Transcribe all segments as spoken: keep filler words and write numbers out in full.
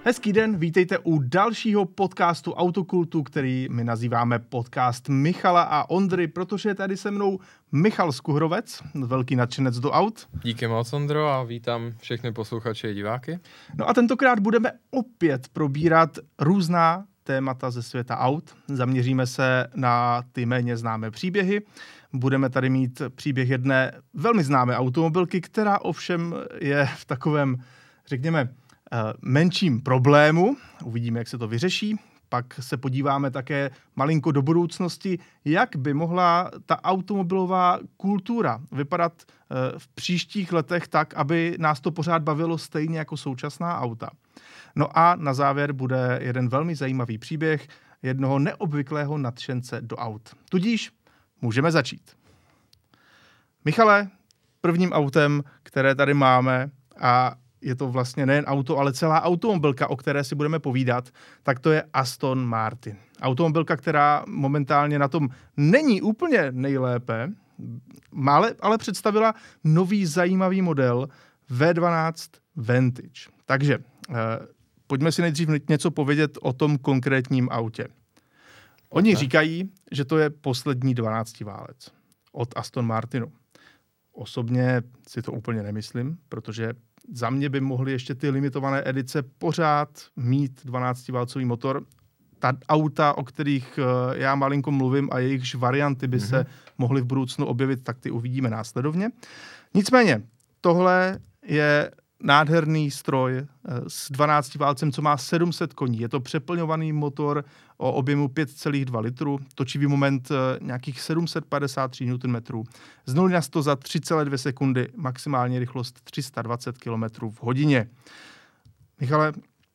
Hezký den, vítejte u dalšího podcastu Autokultu, který my nazýváme podcast Michala a Ondry, protože je tady se mnou Michal Skuhrovec, velký nadšenec do aut. Díky moc, Ondro, a vítám všechny posluchače a diváky. No a tentokrát budeme opět probírat různá témata ze světa aut. Zaměříme se na ty méně známé příběhy. Budeme tady mít příběh jedné velmi známé automobilky, která ovšem je v takovém, řekněme, menším problému. Uvidíme, jak se to vyřeší. Pak se podíváme také malinko do budoucnosti, jak by mohla ta automobilová kultura vypadat v příštích letech tak, aby nás to pořád bavilo stejně jako současná auta. No a na závěr bude jeden velmi zajímavý příběh jednoho neobvyklého nadšence do aut. Tudíž můžeme začít. Michale, prvním autem, které tady máme, a je to vlastně nejen auto, ale celá automobilka, o které si budeme povídat, tak to je Aston Martin. Automobilka, která momentálně na tom není úplně nejlépe, ale, ale představila nový zajímavý model V dvanáct Vantage. Takže eh, pojďme si nejdřív něco povědět o tom konkrétním autě. Oni okay. říkají, že to je poslední dvanáctiválec od Aston Martinu. Osobně si to úplně nemyslím, protože za mě by mohly ještě ty limitované edice pořád mít dvanáctiválcový motor. Ta auta, o kterých já malinko mluvím a jejichž varianty by mm-hmm. se mohly v budoucnu objevit, tak ty uvidíme následovně. Nicméně, tohle je nádherný stroj s dvanáctiválcem, co má sedm set koní. Je to přeplňovaný motor o objemu pět celá dva litru, točivý moment nějakých sedm set padesát tři newtonmetrů. Z nuly na sto za tři celé dvě sekundy, maximální rychlost tři sta dvacet kilometrů v hodině. Michale,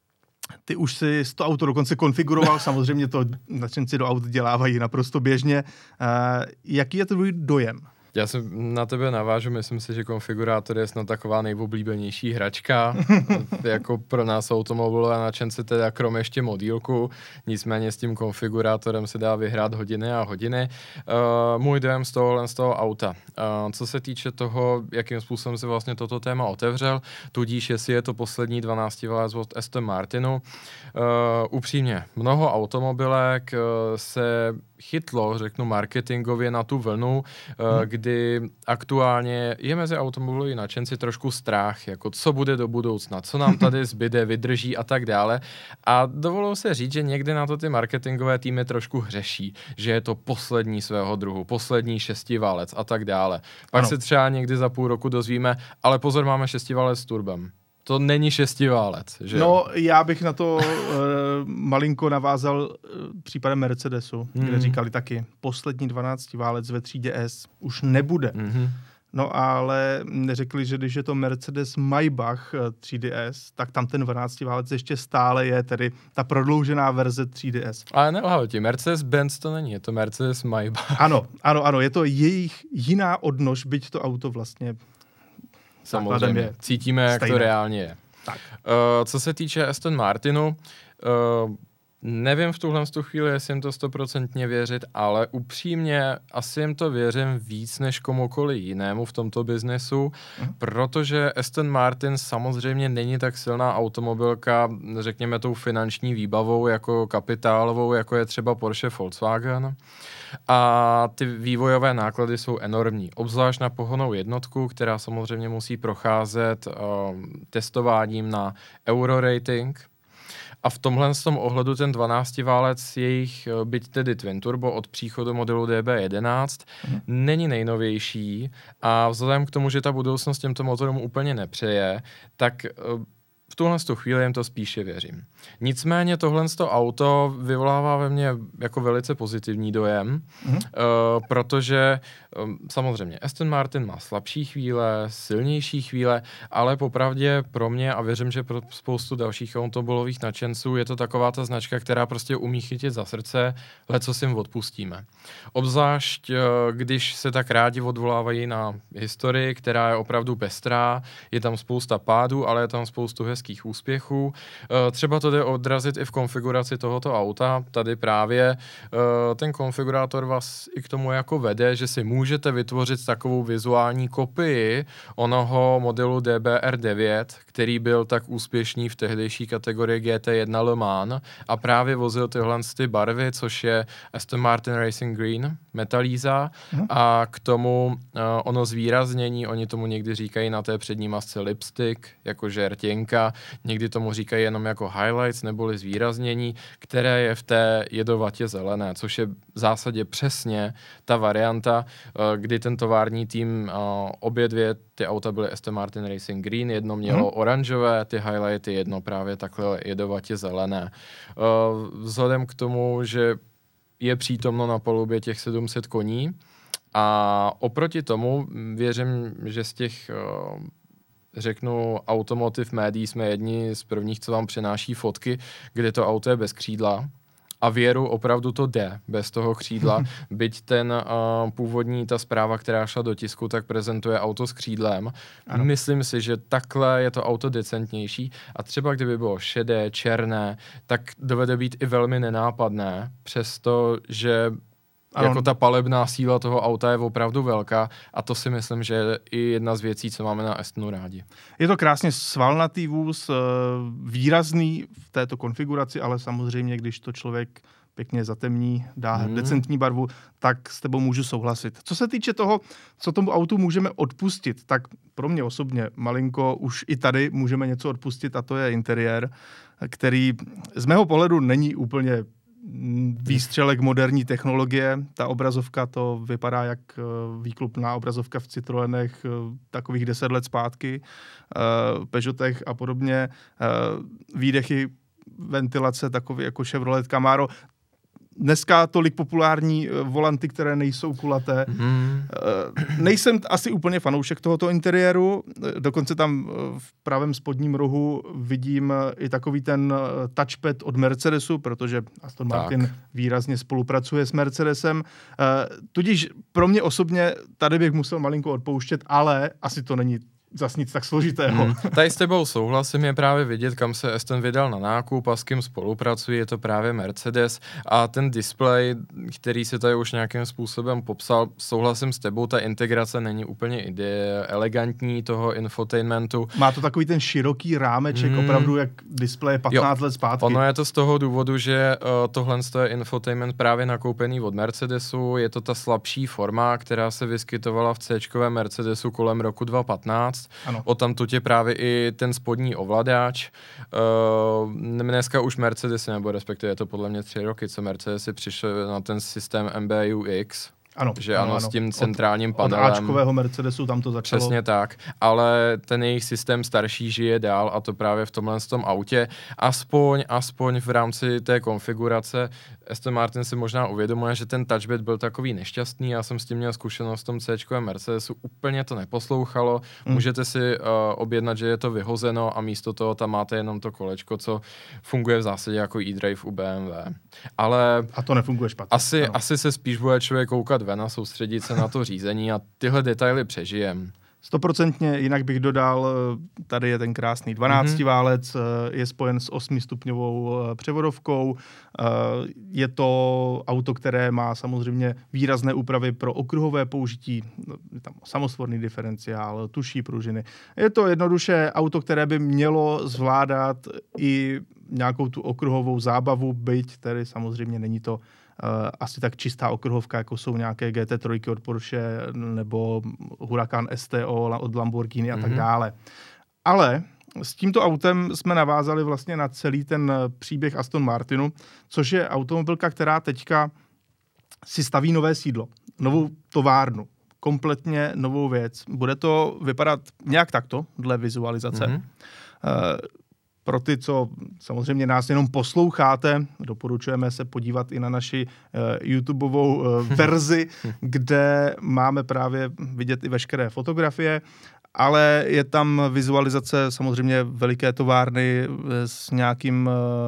ty už si to auto dokonce konfiguroval, samozřejmě to nadšenci do aut dělávají naprosto běžně. Jaký je tvůj dojem? Já se na tebe navážu, myslím si, že konfigurátor je snad taková nejoblíbenější hračka, jako pro nás automobilové nadšence, teda krom ještě modílku, nicméně s tím konfigurátorem se dá vyhrát hodiny a hodiny. Uh, můj dojem z tohohle z toho auta. Uh, co se týče toho, jakým způsobem se vlastně toto téma otevřel, tudíž jestli je to poslední dvanáctiválec od Aston Martinu, uh, upřímně, mnoho automobilek uh, se chytlo, řeknu marketingově na tu vlnu, hmm. kdy aktuálně je mezi automobilovými nadšenci trošku strach, jako co bude do budoucna, co nám tady zbyde, vydrží a tak dále. A dovolou se říct, že někdy na to ty marketingové týmy trošku hřeší, že je to poslední svého druhu, poslední šestiválec a tak dále. Pak ano. se třeba někdy za půl roku dozvíme, ale pozor, máme šestiválec s turbem. To není šestiválec, že? No, já bych na to uh, malinko navázal uh, případem Mercedesu, mm. kde říkali taky, poslední dvanáctiválec ve třídě S už nebude. Mm-hmm. No, ale neřekli, že když je to Mercedes Maybach třídy S, tak tam ten dvanáctiválec ještě stále je, tedy ta prodloužená verze třídy S. Ale nelhal ti, Mercedes-Benz to není, je to Mercedes Maybach. Ano, ano, ano, je to jejich jiná odnož, byť to auto vlastně samozřejmě je cítíme, jak stejné. To reálně je. Tak. Uh, co se týče Aston Martinu, uh, nevím v tuhle chvíli, jestli jim to stoprocentně věřit, ale upřímně asi jim to věřím víc než komukoli jinému v tomto biznesu, uh-huh. protože Aston Martin samozřejmě není tak silná automobilka, řekněme tou finanční výbavou, jako kapitálovou, jako je třeba Porsche, Volkswagen. A ty vývojové náklady jsou enormní, obzvlášť na pohonnou jednotku, která samozřejmě musí procházet um, testováním na Euro rating. A v tomhle z tom ohledu ten dvanáctiválec jejich, byť tedy Twin Turbo od příchodu modelu D B jedenáct, mm. není nejnovější a vzhledem k tomu, že ta budoucnost těmto motorům úplně nepřeje, tak v tuhle chvíli jim to spíše věřím. Nicméně tohle auto vyvolává ve mně jako velice pozitivní dojem, mm. uh, protože um, samozřejmě Aston Martin má slabší chvíle, silnější chvíle, ale popravdě pro mě a věřím, že pro spoustu dalších automobilových nadšenců je to taková ta značka, která prostě umí chytit za srdce, leco si jim odpustíme. Obzvlášť, uh, když se tak rádi odvolávají na historii, která je opravdu pestrá, je tam spousta pádů, ale je tam spoustu hezkých úspěchů. Třeba to jde odrazit i v konfiguraci tohoto auta. Tady právě ten konfigurátor vás i k tomu jako vede, že si můžete vytvořit takovou vizuální kopii onoho modelu D B R devět, který byl tak úspěšný v tehdejší kategorii G T jedna Le Mans a právě vozil tyhle ty barvy, což je Aston Martin Racing Green, metalíza hmm. a k tomu uh, ono zvýraznění, oni tomu někdy říkají na té přední masce lipstick, jako žertěnka, někdy tomu říkají jenom jako highlights neboli zvýraznění, které je v té jedovatě zelené, což je v zásadě přesně ta varianta, uh, kdy ten tovární tým uh, obě dvě ty auta byly Aston Martin Racing Green, jedno mělo hmm. oranžové, ty highlighty, jedno právě takhle jedovatě zelené. Uh, vzhledem k tomu, že je přítomno na palubě těch sedm set koní a oproti tomu věřím, že z těch, uh, řeknu, automotive médií jsme jedni z prvních, co vám přináší fotky, kde to auto je bez křídla. A věru opravdu to jde bez toho křídla, byť ten uh, původní, ta zpráva, která šla do tisku, tak prezentuje auto s křídlem. Ano. Myslím si, že takhle je to auto decentnější a třeba kdyby bylo šedé, černé, tak dovede být i velmi nenápadné, přesto, ano. jako ta palebná síla toho auta je opravdu velká a to si myslím, že je i jedna z věcí, co máme na Astonu rádi. Je to krásně svalnatý vůz, výrazný v této konfiguraci, ale samozřejmě, když to člověk pěkně zatemní, dá hmm. decentní barvu, tak s tebou můžu souhlasit. Co se týče toho, co tomu autu můžeme odpustit, tak pro mě osobně malinko už i tady můžeme něco odpustit a to je interiér, který z mého pohledu není úplně výstřelek moderní technologie. Ta obrazovka to vypadá jak výklopná obrazovka v Citroenech takových deset let zpátky, Peugeotech a podobně. Výdechy, ventilace takový jako Chevrolet Camaro. Dneska tolik populární volanty, které nejsou kulaté. Mm. Nejsem asi úplně fanoušek tohoto interiéru, dokonce tam v pravém spodním rohu vidím i takový ten touchpad od Mercedesu, protože Aston Martin tak. výrazně spolupracuje s Mercedesem. Tudíž pro mě osobně tady bych musel malinko odpouštět, ale asi to není zas nic tak složitého. Hmm. Tady s tebou souhlasím, je právě vidět, kam se Aston vydal na nákup a s kým spolupracuje, je to právě Mercedes a ten displej, který se tady už nějakým způsobem popsal, souhlasím s tebou, ta integrace není úplně ide- elegantní toho infotainmentu. Má to takový ten široký rámeček, hmm. opravdu jak displej patnáct jo. let zpátky. Ono je to z toho důvodu, že uh, tohle je infotainment právě nakoupený od Mercedesu, je to ta slabší forma, která se vyskytovala v C-čkovém Mercedesu kolem roku dva tisíce patnáct. Ano. O tamtud je právě i ten spodní ovladač. Uh, dneska už Mercedes, nebo respektive je to podle mě tři roky, co Mercedes přišel na ten systém M B U X. Ano, že ano, ano, ano. s tím centrálním od, panelem. Od Ačkového Mercedesu tam to začalo. Přesně tak, ale ten jejich systém starší žije dál a to právě v tomhle tom autě. Aspoň, aspoň v rámci té konfigurace Aston Martin si možná uvědomuje, že ten touchpad byl takový nešťastný, já jsem s tím měl zkušenost v tom C-čkovém Mercedesu, úplně to neposlouchalo, mm. můžete si uh, objednat, že je to vyhozeno a místo toho tam máte jenom to kolečko, co funguje v zásadě jako e-drive u B M W. Ale a to nefunguje špatně. Asi, asi se spíš bude člověk koukat ven a soustředit se na to řízení a tyhle detaily přežijem. Stoprocentně, jinak bych dodal, tady je ten krásný dvanáctiválec, je spojen s osmistupňovou převodovkou, je to auto, které má samozřejmě výrazné úpravy pro okruhové použití, je tam samosvorný diferenciál, tuší pružiny. Je to jednoduše auto, které by mělo zvládat i nějakou tu okruhovou zábavu, byť tedy samozřejmě není to Uh, asi tak čistá okruhovka, jako jsou nějaké G T tři od Porsche nebo Huracan S T O od Lamborghini a mm-hmm. tak dále. Ale s tímto autem jsme navázali vlastně na celý ten příběh Aston Martinu, což je automobilka, která teďka si staví nové sídlo, novou továrnu, kompletně novou věc. Bude to vypadat nějak takto, dle vizualizace. Mm-hmm. Uh, Pro ty, co samozřejmě nás jenom posloucháte, doporučujeme se podívat i na naši uh, YouTubeovou uh, verzi, kde máme právě vidět i veškeré fotografie, ale je tam vizualizace samozřejmě veliké továrny s nějakým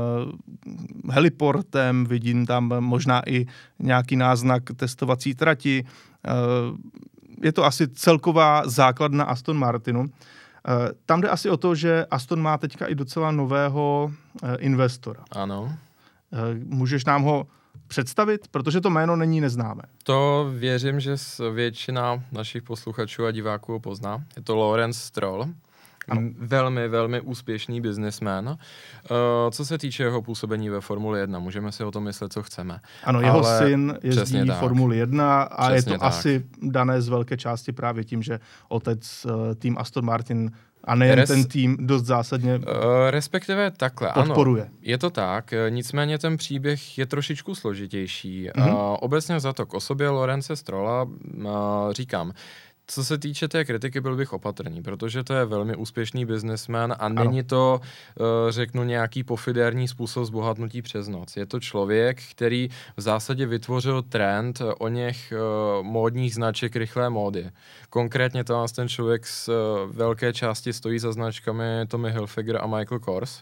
uh, heliportem, vidím tam možná i nějaký náznak testovací trati. Uh, je to asi celková základna Aston Martinu. Tam jde asi o to, že Aston má teďka i docela nového investora. Ano. Můžeš nám ho představit, protože to jméno není neznámé. To věřím, že většina našich posluchačů a diváků ho pozná. Je to Lawrence Stroll. Ano. Velmi, velmi úspěšný businessman. Uh, co se týče jeho působení ve Formuli jedna, můžeme si o tom myslet, co chceme. Ano, jeho ale syn jezdí Formuli jedna a přesně je to tak. asi dané z velké části právě tím, že otec uh, tým Aston Martin a nejen Res, ten tým dost zásadně uh, respektive takhle, podporuje. Ano, je to tak, nicméně ten příběh je trošičku složitější. Mm-hmm. Uh, obecně za to k osobě Lawrence Strolla uh, říkám, co se týče té kritiky, byl bych opatrný, protože to je velmi úspěšný businessman a ano. Není to, řeknu, nějaký pofidérní způsob zbohatnutí přes noc. Je to člověk, který v zásadě vytvořil trend o něch módních značek rychlé módy. Konkrétně to nás ten člověk z velké části stojí za značkami Tommy Hilfiger a Michael Kors,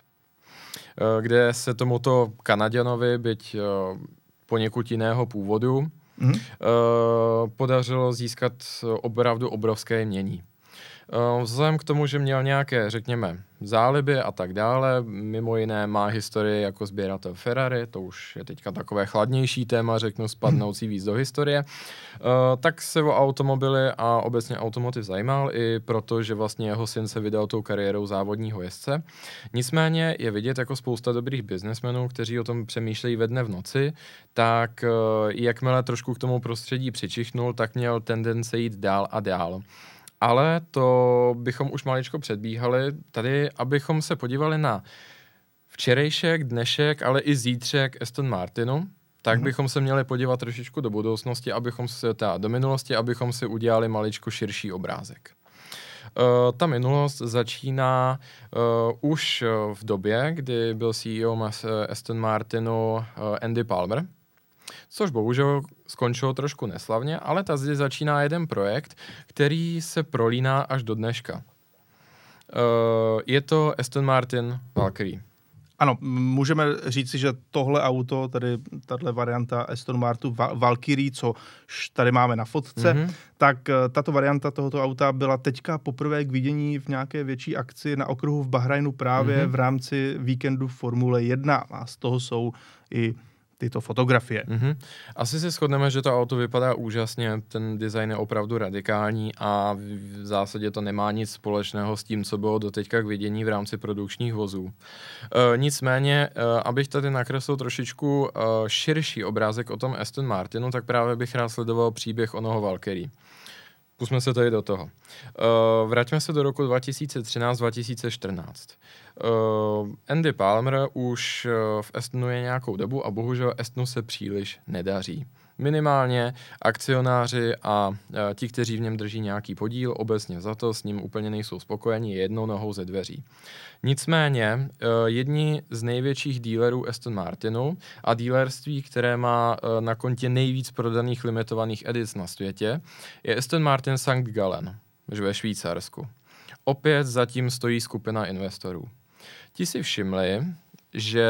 kde se tomuto Kanaďanovi, byť poněkud jiného původu, Mm-hmm. Uh, podařilo získat opravdu obrovské jmění. Uh, vzhledem k tomu, že měl nějaké, řekněme, záliby a tak dále, mimo jiné má historii jako sběratel Ferrari, to už je teďka takové chladnější téma, řeknu, spadnoucí víc do historie, uh, tak se o automobily a obecně automotiv zajímal i proto, že vlastně jeho syn se vydal tou kariérou závodního jezdce. Nicméně je vidět jako spousta dobrých biznesmenů, kteří o tom přemýšlejí ve dne v noci, tak uh, jakmile trošku k tomu prostředí přičichnul, tak měl tendence jít dál a dál. Ale to bychom už maličko předbíhali tady, abychom se podívali na včerejšek, dnešek, ale i zítřek Aston Martinu, tak mm. bychom se měli podívat trošičku do budoucnosti, abychom si, teda do minulosti, abychom si udělali maličko širší obrázek. Uh, ta minulost začíná uh, už v době, kdy byl C E O Aston Martinu uh, Andy Palmer, což bohužel skončilo trošku neslavně, ale ta zde začíná jeden projekt, který se prolíná až do dneška. Uh, je to Aston Martin Valkyrie. Ano, můžeme říci, že tohle auto, tedy tato varianta Aston Martinu Valkyrie, co tady máme na fotce, mm-hmm. tak tato varianta tohoto auta byla teďka poprvé k vidění v nějaké větší akci na okruhu v Bahrajnu právě mm-hmm. v rámci víkendu Formule jedna a z toho jsou i tyto fotografie. Mm-hmm. Asi si shodneme, že to auto vypadá úžasně, ten design je opravdu radikální a v zásadě to nemá nic společného s tím, co bylo doteďka k vidění v rámci produkčních vozů. E, nicméně, e, abych tady nakreslil trošičku e, širší obrázek o tom Aston Martinu, tak právě bych rád sledoval příběh onoho Valkyrie. Pusme se tady do toho. Uh, vraťme se do roku dva tisíce třináct dva tisíce čtrnáct. Uh, Andy Palmer už uh, v Astonu je nějakou dobu a bohužel Astonu se příliš nedaří. Minimálně akcionáři a uh, ti, kteří v něm drží nějaký podíl, obecně za to s ním úplně nejsou spokojeni jednou nohou ze dveří. Nicméně uh, jedni z největších dílerů Aston Martinu a dílerství, které má uh, na kontě nejvíc prodaných limitovaných edic na světě, je Aston Martin Sankt Gallen ve Švýcarsku. Opět zatím stojí skupina investorů. Ti si všimli, že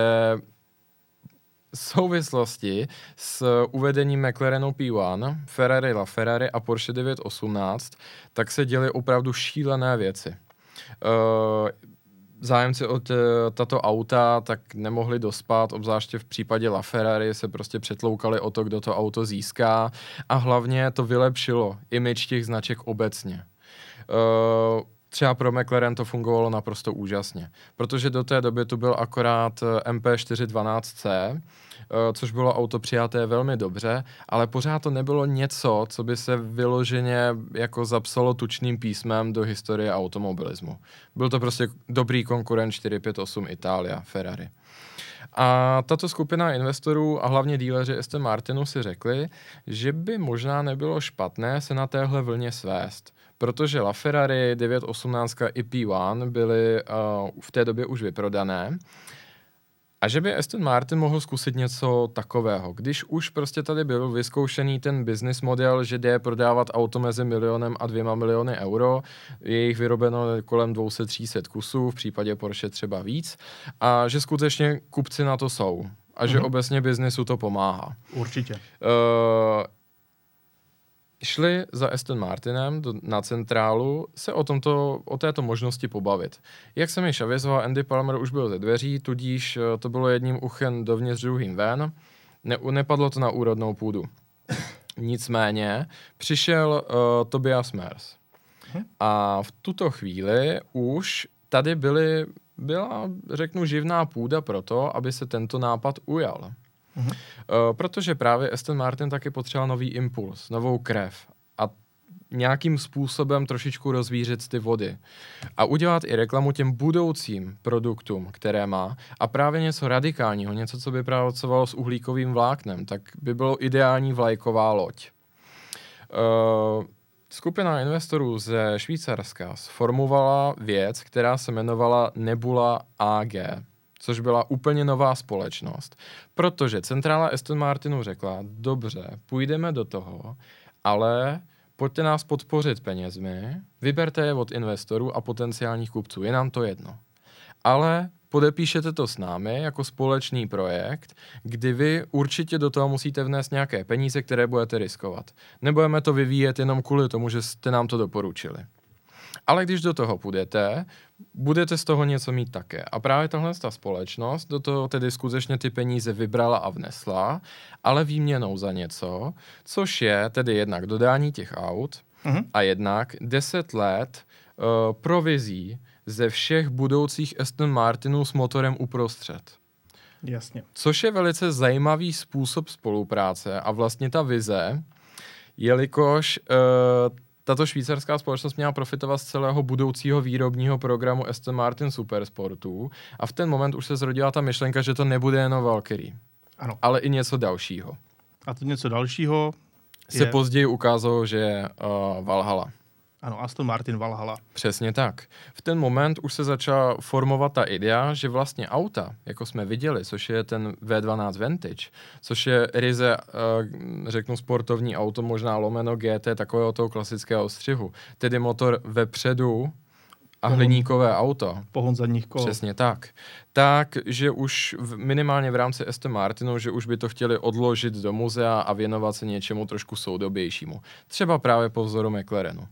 v souvislosti s uvedením McLarenu P jedna, Ferrari LaFerrari a Porsche devět osmnáct, tak se děly opravdu šílené věci. Uh, zájemci o tato auta tak nemohli dospat, obzvláště v případě LaFerrari se prostě přetloukali o to, kdo to auto získá a hlavně to vylepšilo image těch značek obecně. Uh, Třeba pro McLaren to fungovalo naprosto úžasně, protože do té doby tu byl akorát M P čtyři dvanáct C, což bylo auto přijaté velmi dobře, ale pořád to nebylo něco, co by se vyloženě jako zapsalo tučným písmem do historie automobilismu. Byl to prostě dobrý konkurent čtyři pět osm Italia, Ferrari. A tato skupina investorů a hlavně díleři Aston Martinu si řekli, že by možná nebylo špatné se na téhle vlně svést, protože LaFerrari devět osmnáct i P jedna byly uh, v té době už vyprodané a že by Aston Martin mohl zkusit něco takového. Když už prostě tady byl vyzkoušený ten business model, že jde prodávat auto mezi milionem a dvěma miliony euro, je jich vyrobeno kolem dvě stě tři sta kusů, v případě Porsche třeba víc, a že skutečně kupci na to jsou a že mm-hmm. obecně biznesu to pomáhá. Určitě. Uh, šli za Aston Martinem do, na centrálu se o, tomto, o této možnosti pobavit. Jak jsem již avizoval, Andy Palmer už byl ze dveří, tudíž to bylo jedním uchem dovnitř, druhým ven. Ne, nepadlo to na úrodnou půdu. Nicméně přišel uh, Tobias Mers. A v tuto chvíli už tady byly, byla, řeknu, živná půda pro to, aby se tento nápad ujal. Uh-huh. Uh, protože právě Aston Martin taky potřeboval nový impuls, novou krev a nějakým způsobem trošičku rozvířit ty vody. A udělat i reklamu těm budoucím produktům, které má. A právě něco radikálního, něco, co by pracovalo s uhlíkovým vláknem, tak by bylo ideální vlajková loď. Uh, Skupina investorů ze Švýcarska sformovala věc, která se jmenovala Nebula A G, což byla úplně nová společnost. Protože centrála Aston Martinu řekla, dobře, půjdeme do toho, ale pojďte nás podpořit penězmi, vyberte je od investorů a potenciálních kupců, je nám to jedno. Ale podepíšete to s námi jako společný projekt, kdy vy určitě do toho musíte vnést nějaké peníze, které budete riskovat. Nebudeme to vyvíjet jenom kvůli tomu, že jste nám to doporučili. Ale když do toho půjdete, budete z toho něco mít také. A právě tahle ta společnost do toho tedy skutečně ty peníze vybrala a vnesla, ale výměnou za něco, což je tedy jednak dodání těch aut mm-hmm. a jednak deset let uh, provizí ze všech budoucích Aston Martinů s motorem uprostřed. Jasně. Což je velice zajímavý způsob spolupráce a vlastně ta vize, jelikož uh, tato švýcarská společnost měla profitovat z celého budoucího výrobního programu Aston Martin Supersportů a v ten moment už se zrodila ta myšlenka, že to nebude jenom Valkyrie, ano. ale i něco dalšího. A to něco dalšího je... se později ukázalo, že je uh, Valhalla. Ano, Aston Martin Valhalla. Přesně tak. V ten moment už se začala formovat ta idea, že vlastně auta, jako jsme viděli, což je ten V dvanáct Vantage, což je ryze, uh, řeknu, sportovní auto, možná lomeno G T, takového toho klasického střihu. Tedy motor vepředu a pohon, hliníkové auto. Pohon zadních kol. Přesně tak. Tak, že už v, minimálně v rámci Aston Martinu, že už by to chtěli odložit do muzea a věnovat se něčemu trošku soudobějšímu. Třeba právě po vzoru McLarenu.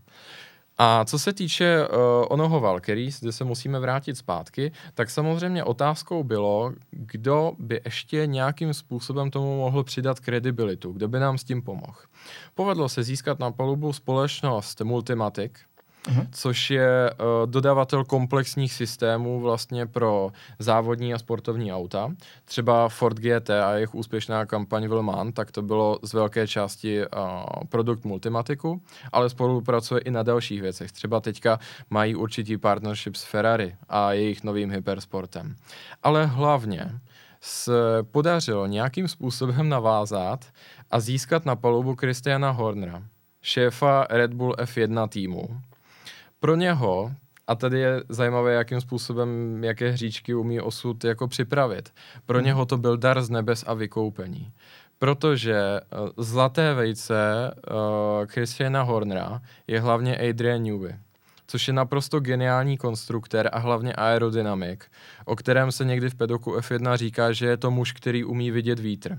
A co se týče uh, onoho Valkyrie, kde se musíme vrátit zpátky, tak samozřejmě otázkou bylo, kdo by ještě nějakým způsobem tomu mohl přidat kredibilitu, kdo by nám s tím pomohl. Povedlo se získat na palubu společnost Multimatic, uh-huh. což je uh, dodavatel komplexních systémů vlastně pro závodní a sportovní auta. Třeba Ford G T a jejich úspěšná kampaň V Le Mans, tak to bylo z velké části uh, produkt Multimaticu, ale spolupracuje i na dalších věcech. Třeba teďka mají určitý partnership s Ferrari a jejich novým hypersportem. Ale hlavně se podařilo nějakým způsobem navázat a získat na palubu Christiana Hornera, šéfa Red Bull F jedna týmu. Pro něho, a tady je zajímavé, jakým způsobem, jaké hříčky umí osud jako připravit, pro hmm. něho to byl dar z nebes a vykoupení. Protože uh, zlaté vejce uh, Christiana Hornera je hlavně Adrian Newey, což je naprosto geniální konstruktér a hlavně aerodynamik, o kterém se někdy v pedoku F jedna říká, že je to muž, který umí vidět vítr.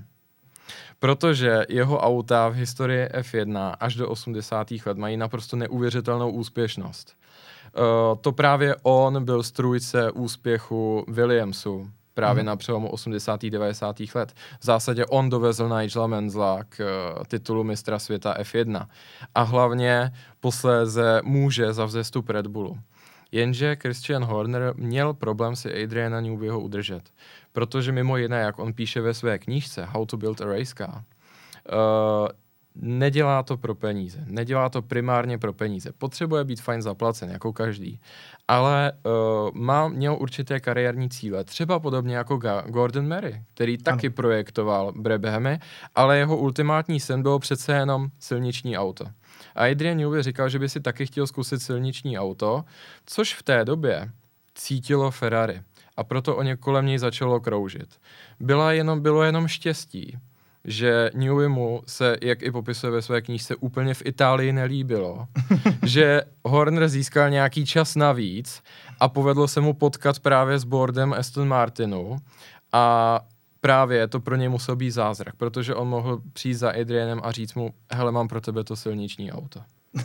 Protože jeho auta v historii F jedna až do osmdesátých let mají naprosto neuvěřitelnou úspěšnost. Uh, to právě on byl strůjce úspěchu Williamsu právě mm. na přelomu osmdesátých devadesátých let. V zásadě on dovezl Nigela Mansella k uh, titulu mistra světa F jedna. A hlavně posléze může za vzestup Red Bullu. Jenže Christian Horner měl problém si Adriana Neweyho udržet. Protože mimo jiné, jak on píše ve své knížce How to Build a Race Car, uh, nedělá to pro peníze. Nedělá to primárně pro peníze. Potřebuje být fajn zaplacen, jako každý. Ale uh, má, měl určité kariérní cíle. Třeba podobně jako Ga- Gordon Murray, který taky ano. projektoval Brabhamy, ale jeho ultimátní sen byl přece jenom silniční auto. A Adrian Newey říkal, že by si taky chtěl zkusit silniční auto, což v té době cítilo Ferrari. A proto o ně kolem něj začalo kroužit. Byla jenom, bylo jenom štěstí, že Neweymu se, jak i popisuje ve své knížce, úplně v Itálii nelíbilo, že Horner získal nějaký čas navíc a povedlo se mu potkat právě s boardem Aston Martinu a právě to pro něj musel být zázrak, protože on mohl přijít za Adrianem a říct mu, hele, mám pro tebe to silniční auto.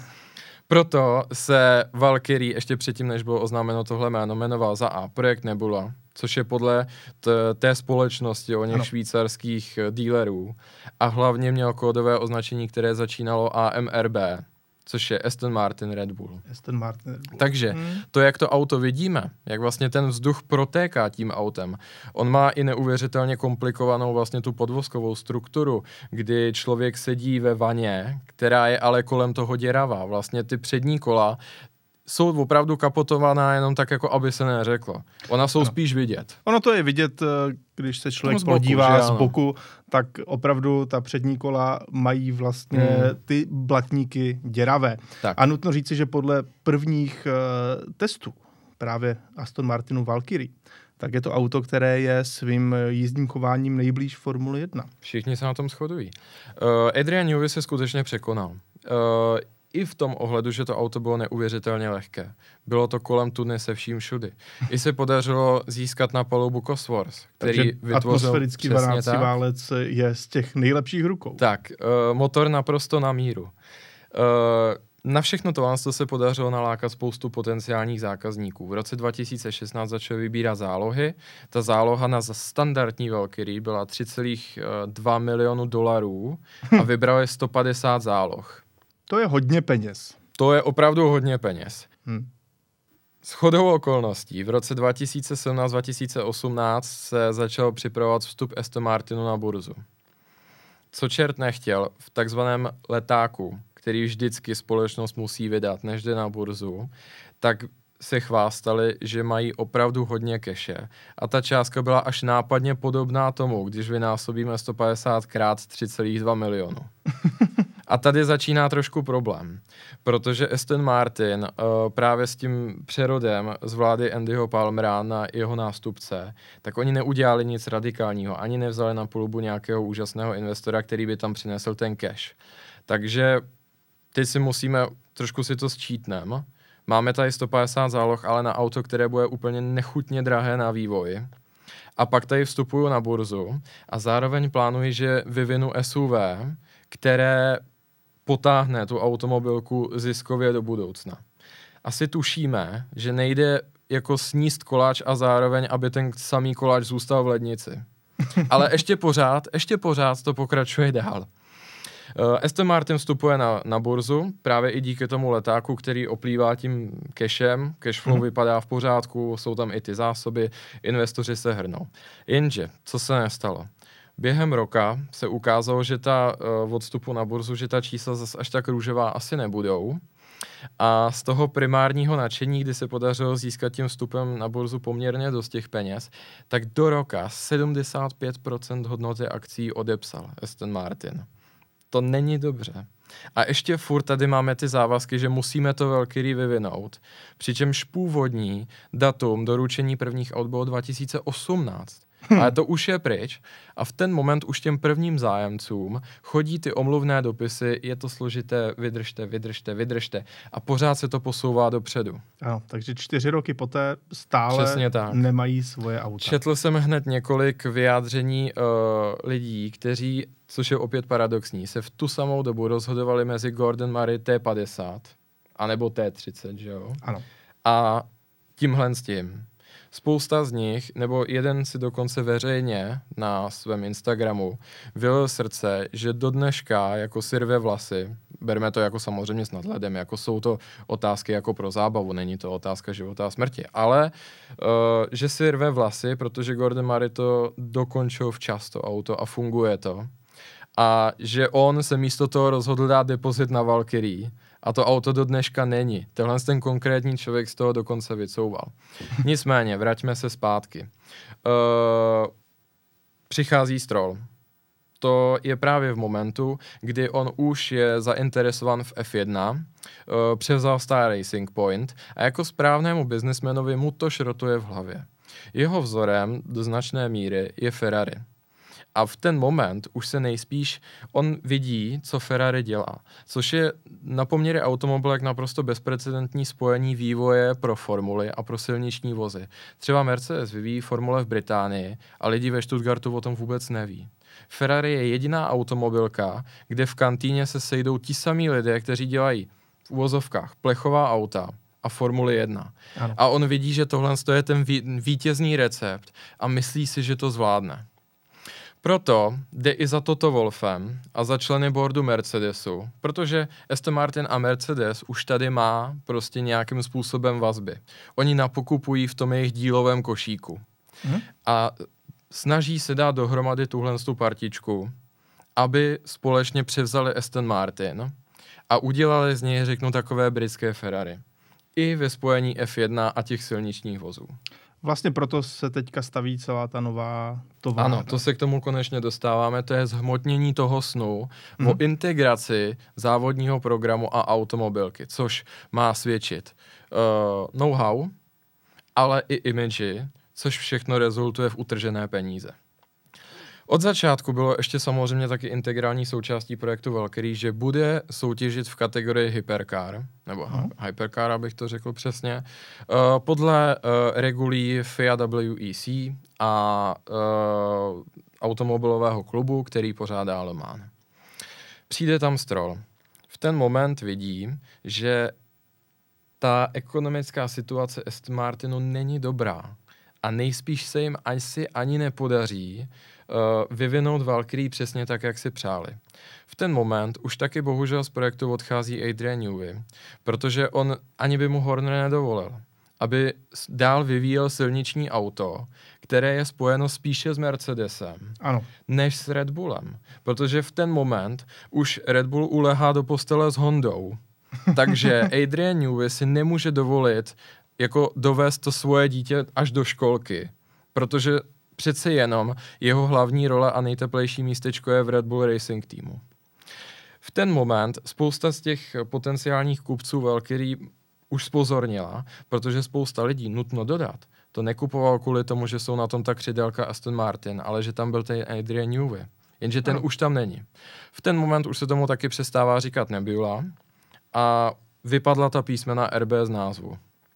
Proto se Valkyrie ještě předtím, než bylo oznámeno tohle jméno, jmenoval za A Projekt Nebula, což je podle t- té společnosti o něch ano. švýcarských dealerů a hlavně měl kódové označení, které začínalo A M R B, což je Aston Martin Red Bull. Aston Martin Red Bull. Takže hmm. to, jak to auto vidíme, jak vlastně ten vzduch protéká tím autem, on má i neuvěřitelně komplikovanou vlastně tu podvozkovou strukturu, kdy člověk sedí ve vaně, která je ale kolem toho děravá. Vlastně ty přední kola jsou opravdu kapotovaná jenom tak, jako aby se neřeklo. Ona jsou ano. spíš vidět. Ono to je vidět, když se člověk z boku, podívá z boku, tak opravdu ta přední kola mají vlastně hmm. ty blatníky děravé. Tak. A nutno říci, že podle prvních uh, testů právě Aston Martinu Valkyrie, tak je to auto, které je svým jízdním chováním nejblíž Formule jedna. Všichni se na tom shodují. Uh, Adrian Newey se skutečně překonal. Uh, I v tom ohledu, že to auto bylo neuvěřitelně lehké. Bylo to kolem tuny se vším všudy. I se podařilo získat na palubu Cosworth, který Takže vytvořil atmosférický dvanácti válec je z těch nejlepších rukou. Tak, uh, motor naprosto na míru. Uh, na všechno to se podařilo nalákat spoustu potenciálních zákazníků. V roce dva tisíce šestnáct začaly vybírat zálohy. Ta záloha na standardní Valkyrie byla tři celá dva milionu dolarů a vybrali sto padesát záloh. To je hodně peněz. To je opravdu hodně peněz. Hmm. Shodou okolností v roce dva tisíce sedmnáct dva tisíce osmnáct se začal připravovat vstup Aston Martinu na burzu. Co čert nechtěl, v takzvaném letáku, který vždycky společnost musí vydat, než jde na burzu, tak se chvástali, že mají opravdu hodně keše. A ta částka byla až nápadně podobná tomu, když vynásobíme sto padesát krát tři celá dva milionu. A tady začíná trošku problém, protože Aston Martin uh, právě s tím přerodem z vlády Andyho Palmera na jeho nástupce, tak oni neudělali nic radikálního, ani nevzali na palubu nějakého úžasného investora, který by tam přinesl ten cash. Takže teď si musíme, trošku si to sčítnem, máme tady sto padesát záloh, ale na auto, které bude úplně nechutně drahé na vývoj. A pak tady vstupuju na burzu a zároveň plánuji, že vyvinu S U V, které potáhne tu automobilku ziskově do budoucna. Asi tušíme, že nejde jako sníst koláč a zároveň, aby ten samý koláč zůstal v lednici. Ale ještě pořád, ještě pořád to pokračuje dál. Uh, Aston Martin vstupuje na, na burzu, právě i díky tomu letáku, který oplývá tím cashem, cashflow mm. vypadá v pořádku, jsou tam i ty zásoby, investoři se hrnou. Jenže, co se nestalo? Během roka se ukázalo, že ta uh, od vstupu na burzu, že ta čísla zase až tak růžová asi nebudou. A z toho primárního nadšení, kdy se podařilo získat tím vstupem na burzu poměrně dost těch peněz, tak do roka sedmdesát pět procent hodnoty akcí odepsal Aston Martin. To není dobře. A ještě furt tady máme ty závazky, že musíme to Valkyrie vyvinout. Přičemž původní datum doručení prvních aut bylo dva tisíce osmnáct. Hmm. Ale to už je pryč a v ten moment už těm prvním zájemcům chodí ty omluvné dopisy, je to složité, vydržte, vydržte, vydržte a pořád se to posouvá dopředu. Ano, takže čtyři roky poté stále nemají svoje auta. Četl jsem hned několik vyjádření uh, lidí, kteří, což je opět paradoxní, se v tu samou dobu rozhodovali mezi Gordon Murray T padesát anebo T třicet, že jo? Ano. A tímhle s tím. Spousta z nich, nebo jeden si dokonce veřejně na svém Instagramu vylil srdce, že do dneška jako si rve vlasy, berme to jako samozřejmě s nadhledem, jako jsou to otázky jako pro zábavu, není to otázka života a smrti, ale uh, že si rve vlasy, protože Gordon Murray to dokončil včas to auto a funguje to. A že on se místo toho rozhodl dát depozit na Valkyrie a to auto do dneška není. Tenhle ten konkrétní člověk z toho dokonce vycouval. Nicméně, vraťme se zpátky. Uh, přichází Stroll. To je právě v momentu, kdy on už je zainteresovan v F jedna, uh, převzal Star Racing Point a jako správnému biznismenovi mu to šrotuje v hlavě. Jeho vzorem do značné míry je Ferrari. A v ten moment už se nejspíš on vidí, co Ferrari dělá, což je na poměry automobilek naprosto bezprecedentní spojení vývoje pro formuly a pro silniční vozy. Třeba Mercedes vyvíjí formule v Británii a lidi ve Stuttgartu o tom vůbec neví. Ferrari je jediná automobilka, kde v kantýně se sejdou ti samí lidé, kteří dělají v uvozovkách plechová auta a Formuli jedna. Ano. A on vidí, že tohle je ten vítězný recept a myslí si, že to zvládne. Proto jde i za Toto Wolffem a za členy boardu Mercedesu, protože Aston Martin a Mercedes už tady má prostě nějakým způsobem vazby. Oni napokupují v tom jejich dílovém košíku. Mhm. A snaží se dát dohromady tuhle tu partičku, aby společně převzali Aston Martin a udělali z něj, řeknu, takové britské Ferrari. I ve spojení F jedna a těch silničních vozů. Vlastně proto se teďka staví celá ta nová továrna. Ano, to se k tomu konečně dostáváme, to je zhmotnění toho snu hmm. o integraci závodního programu a automobilky, což má svědčit uh, know-how, ale i imidži, což všechno rezultuje v utržené peníze. Od začátku bylo ještě samozřejmě taky integrální součástí projektu Valkyrie, že bude soutěžit v kategorii Hypercar, nebo uh-huh. Hypercar, abych to řekl přesně, uh, podle uh, regulí F I A W E C a uh, automobilového klubu, který pořádá Le Mans. Přijde tam Stroll. V ten moment vidím, že ta ekonomická situace Aston Martinu není dobrá a nejspíš se jim asi ani nepodaří Uh, vyvinout Valkyrie přesně tak, jak si přáli. V ten moment už taky bohužel z projektu odchází Adrian Newey, protože on ani by mu Horner nedovolil, aby dál vyvíjel silniční auto, které je spojeno spíše s Mercedesem, ano. než s Red Bullem. Protože v ten moment už Red Bull ulehá do postele s Hondou, takže Adrian Newey si nemůže dovolit jako dovést to svoje dítě až do školky, protože přece jenom jeho hlavní role a nejteplejší místečko je v Red Bull Racing týmu. V ten moment spousta z těch potenciálních kupců Valkyrie už zpozornila, protože spousta lidí, nutno dodat, to nekupoval kvůli tomu, že jsou na tom ta křidelka Aston Martin, ale že tam byl ten Adrian Newey. Jenže ten no. už tam není. V ten moment už se tomu taky přestává říkat Nebula a vypadla ta písmena R B z názvu.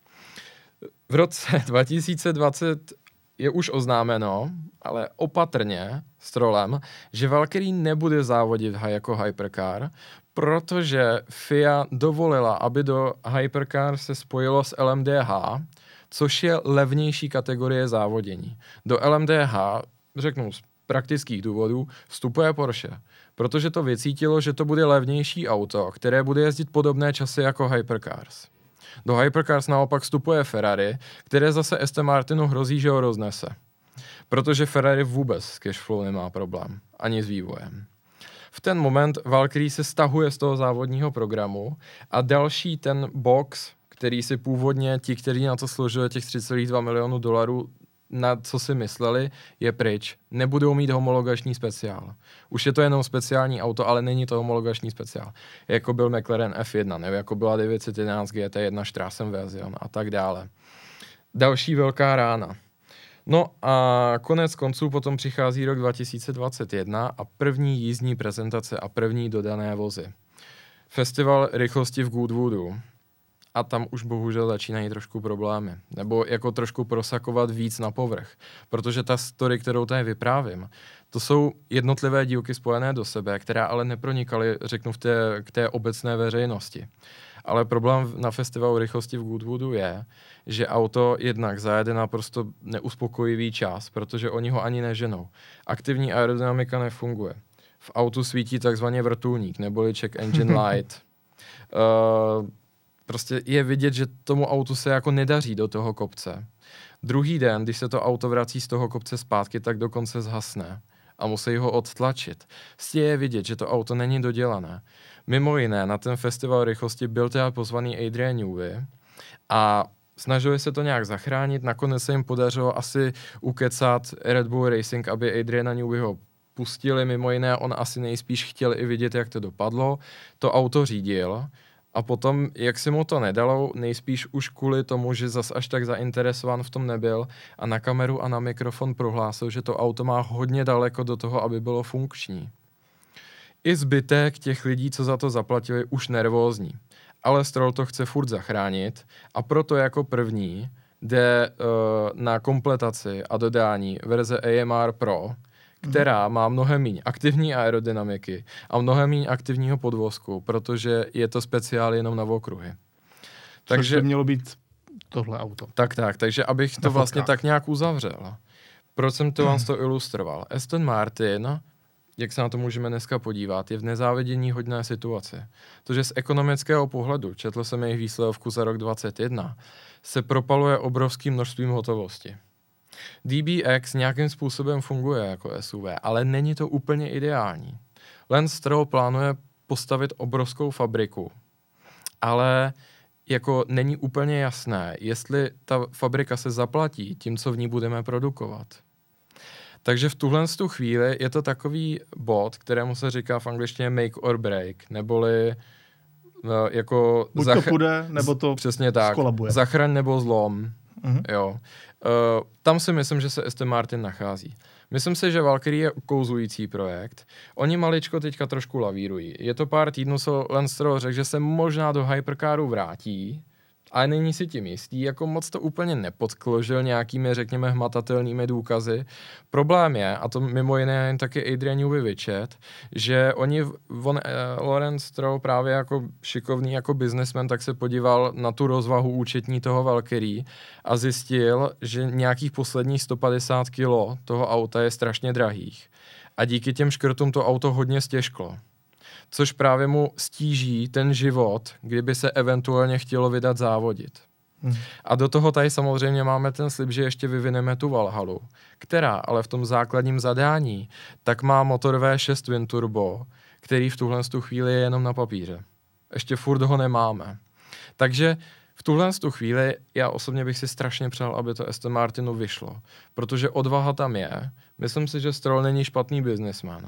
V roce dva tisíce dvacet je už oznámeno, ale opatrně s Strollem, že Valkyrie nebude závodit jako Hypercar, protože F I A dovolila, aby do Hypercar se spojilo s L M D H, což je levnější kategorie závodění. Do L M D H, řeknu z praktických důvodů, vstupuje Porsche, protože to vycítilo, že to bude levnější auto, které bude jezdit podobné časy jako Hypercars. Do Hypercars naopak vstupuje Ferrari, které zase Aston Martinu hrozí, že ho roznese. Protože Ferrari vůbec s cashflow nemá problém, ani s vývojem. V ten moment Valkyrie se stahuje z toho závodního programu a další ten box, který si původně ti, kteří na to složili těch tři celá dva milionu dolarů, na co si mysleli, je pryč. Nebudou mít homologační speciál. Už je to jenom speciální auto, ale není to homologační speciál. Jako byl McLaren F jedna, nebo jako byla devět set jedenáct G T jedna Strassenversion a tak dále. Další velká rána. No a konec konců potom přichází rok dva tisíce dvacet jedna a první jízdní prezentace a první dodané vozy. Festival rychlosti v Goodwoodu. A tam už bohužel začínají trošku problémy. Nebo jako trošku prosakovat víc na povrch. Protože ta story, kterou tady vyprávím, to jsou jednotlivé dílky spojené do sebe, které ale nepronikaly, řeknu, v té, k té obecné veřejnosti. Ale problém na festivalu rychlosti v Goodwoodu je, že auto jednak zajede naprosto neuspokojivý čas, protože oni ho ani neženou. Aktivní aerodynamika nefunguje. V autu svítí takzvaně vrtulník, neboli check engine light. uh, Prostě je vidět, že tomu autu se jako nedaří do toho kopce. Druhý den, když se to auto vrací z toho kopce zpátky, tak dokonce zhasne a musí ho odtlačit. Stě je vidět, že to auto není dodělané. Mimo jiné, na ten festival rychlosti byl teda pozvaný Adrian Newey a snažili se to nějak zachránit. Nakonec se jim podařilo asi ukecat Red Bull Racing, aby Adriana Neweyho pustili. Mimo jiné, on asi nejspíš chtěl i vidět, jak to dopadlo. To auto řídil A potom, jak si mu to nedalo, nejspíš už kvůli tomu, že zas až tak zainteresovan v tom nebyl a na kameru a na mikrofon prohlásil, že to auto má hodně daleko do toho, aby bylo funkční. I zbytek těch lidí, co za to zaplatili, už nervózní. Ale Stroll to chce furt zachránit a proto jako první jde uh, na kompletaci a dodání verze A M R Pro, která má mnohem méně aktivní aerodynamiky a mnohem méně aktivního podvozku, protože je to speciál jenom na okruhy. Takže by mělo být tohle auto. Tak, tak, takže abych to vlastně tak nějak uzavřel. Proč jsem to vám to ilustroval? Aston Martin, jak se na to můžeme dneska podívat, je v nezávidění hodné situaci. Protože z ekonomického pohledu, četl jsem jejich výsledovku za rok dvacet jedna, se propaluje obrovským množstvím hotovosti. D B X nějakým způsobem funguje jako S U V, ale není to úplně ideální. Lance Stroll plánuje postavit obrovskou fabriku, ale jako není úplně jasné, jestli ta fabrika se zaplatí tím, co v ní budeme produkovat. Takže v tuhle chvíli je to takový bod, kterému se říká v angličtině make or break, neboli no, jako... Buď zach- to půjde, nebo to přesně tak, skolabuje. Zachraň nebo zlom. Uh-huh. Jo. Uh, tam si myslím, že se Aston Martin nachází. Myslím si, že Valkyrie je kouzlující projekt. Oni maličko teďka trošku lavírují. Je to pár týdnů, co Lance Stroll řekl, že se možná do hypercaru vrátí, ale není si tím jistý, jako moc to úplně nepodkložil nějakými, řekněme, hmatatelnými důkazy. Problém je, a to mimo jiné jen taky Adrian Newey vyčet, že oni, on, eh, Lawrence Stroll právě jako šikovný jako businessman, tak se podíval na tu rozvahu účetní toho Valkyrie a zjistil, že nějakých posledních sto padesát kilo toho auta je strašně drahých. A díky těm škrtům to auto hodně stěžklo. Což právě mu stíží ten život, kdyby se eventuálně chtělo vydat závodit. Hmm. A do toho tady samozřejmě máme ten slib, že ještě vyvineme tu Valhalu, která ale v tom základním zadání tak má motor V šest Twin Turbo, který v tuhle chvíli je jenom na papíře. Ještě furt ho nemáme. Takže v tuhle chvíli já osobně bych si strašně přál, aby to Aston Martinu vyšlo, protože odvaha tam je. Myslím si, že Stroll není špatný businessman. Uh,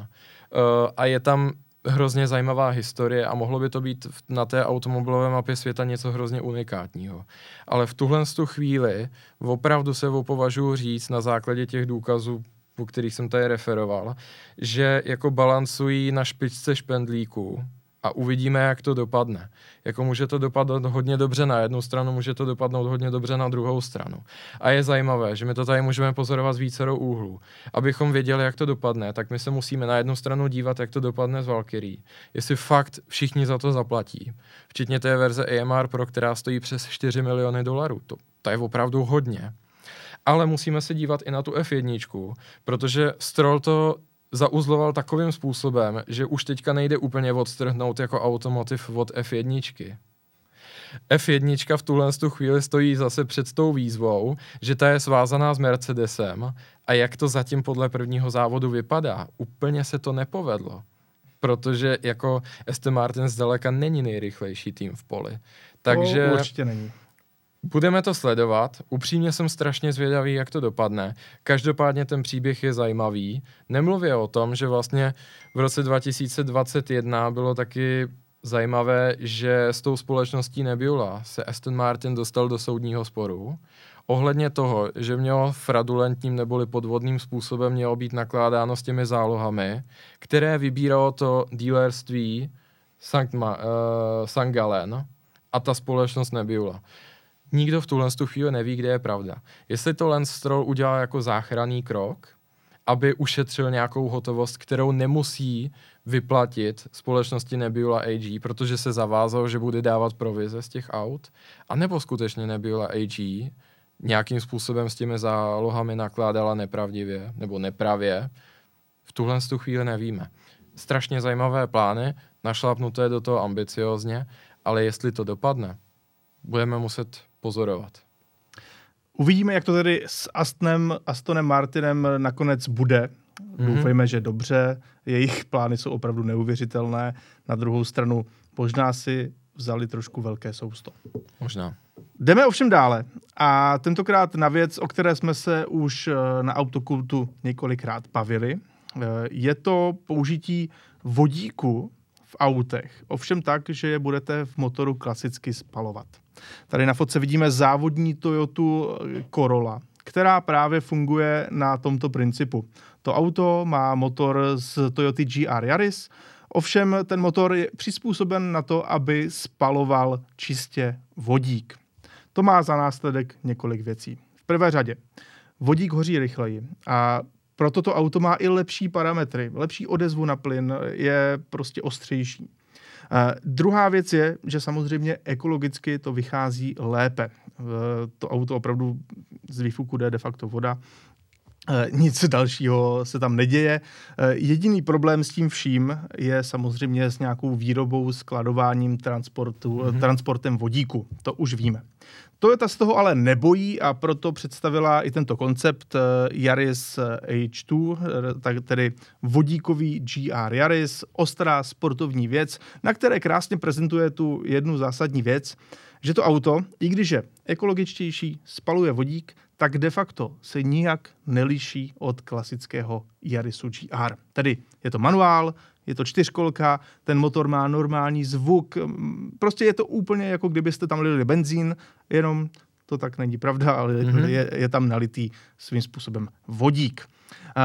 a je tam hrozně zajímavá historie a mohlo by to být na té automobilové mapě světa něco hrozně unikátního. Ale v tuhle chvíli opravdu se opovažuji říct na základě těch důkazů, po kterých jsem tady referoval, že jako balancují na špičce špendlíků a uvidíme, jak to dopadne. Jako může to dopadnout hodně dobře na jednu stranu, může to dopadnout hodně dobře na druhou stranu. A je zajímavé, že my to tady můžeme pozorovat z vícerou úhlů. Abychom věděli, jak to dopadne, tak my se musíme na jednu stranu dívat, jak to dopadne s Valkyrie. Jestli fakt všichni za to zaplatí. Včetně té verze A M R Pro, která stojí přes čtyři miliony dolarů. To, to je opravdu hodně. Ale musíme se dívat i na tu F jedna, protože Stroll to zauzloval takovým způsobem, že už teďka nejde úplně odstrhnout jako automotiv od F jedna. F jedna v tuhle chvíli stojí zase před tou výzvou, že ta je svázaná s Mercedesem a jak to zatím podle prvního závodu vypadá, úplně se to nepovedlo. Protože jako Aston Martin zdaleka není nejrychlejší tým v poli. Takže to určitě není. Budeme to sledovat. Upřímně jsem strašně zvědavý, jak to dopadne. Každopádně ten příběh je zajímavý. Nemluvě o tom, že vlastně v roce dva tisíce dvacet jedna bylo taky zajímavé, že s tou společností Nebula se Aston Martin dostal do soudního sporu. Ohledně toho, že mělo fraudulentním neboli podvodným způsobem mělo být nakládáno s těmi zálohami, které vybíralo to dealerství Sankt Ma- uh, Sankt Gallen a ta společnost Nebula. Nikdo v tuhle chvíli neví, kde je pravda. Jestli to Lance Stroll udělal jako záchranný krok, aby ušetřil nějakou hotovost, kterou nemusí vyplatit společnosti Nebula A G, protože se zavázal, že bude dávat provize z těch aut, anebo skutečně Nebula A G nějakým způsobem s těmi zálohami nakládala nepravdivě nebo nepravě, v tuhle chvíli nevíme. Strašně zajímavé plány, našlápnuté do toho ambiciozně, ale jestli to dopadne, budeme muset pozorovat. Uvidíme, jak to tedy s Astonem, Astonem Martinem nakonec bude. Mm-hmm. Doufejme, že dobře. Jejich plány jsou opravdu neuvěřitelné. Na druhou stranu možná si vzali trošku velké sousto. Možná. Jdeme ovšem dále. A tentokrát na věc, o které jsme se už na Autokultu několikrát bavili. Je to použití vodíku v v autech, ovšem tak, že je budete v motoru klasicky spalovat. Tady na fotce vidíme závodní Toyotu Corolla, která právě funguje na tomto principu. To auto má motor z Toyoty G R Yaris, ovšem ten motor je přizpůsoben na to, aby spaloval čistě vodík. To má za následek několik věcí. V prvé řadě vodík hoří rychleji a proto to auto má i lepší parametry, lepší odezvu na plyn, je prostě ostřejší. Uh, druhá věc je, že samozřejmě ekologicky to vychází lépe. Uh, to auto opravdu z výfuku jde de facto voda. Uh, nic dalšího se tam neděje. Uh, jediný problém s tím vším je samozřejmě s nějakou výrobou, skladováním, transportu, mm-hmm. transportem vodíku. To už víme. Toyota z toho ale nebojí a proto představila i tento koncept uh, Yaris H dva, tak tedy vodíkový G R Yaris, ostrá sportovní věc, na které krásně prezentuje tu jednu zásadní věc, že to auto, i když je ekologičtější, spaluje vodík, tak de facto se nijak neliší od klasického Yarisu G R. Tedy je to manuál, je to čtyřkolka, ten motor má normální zvuk, prostě je to úplně jako kdybyste tam lili benzín, jenom to tak není pravda, ale mm-hmm. je, je tam nalitý svým způsobem vodík. Uh,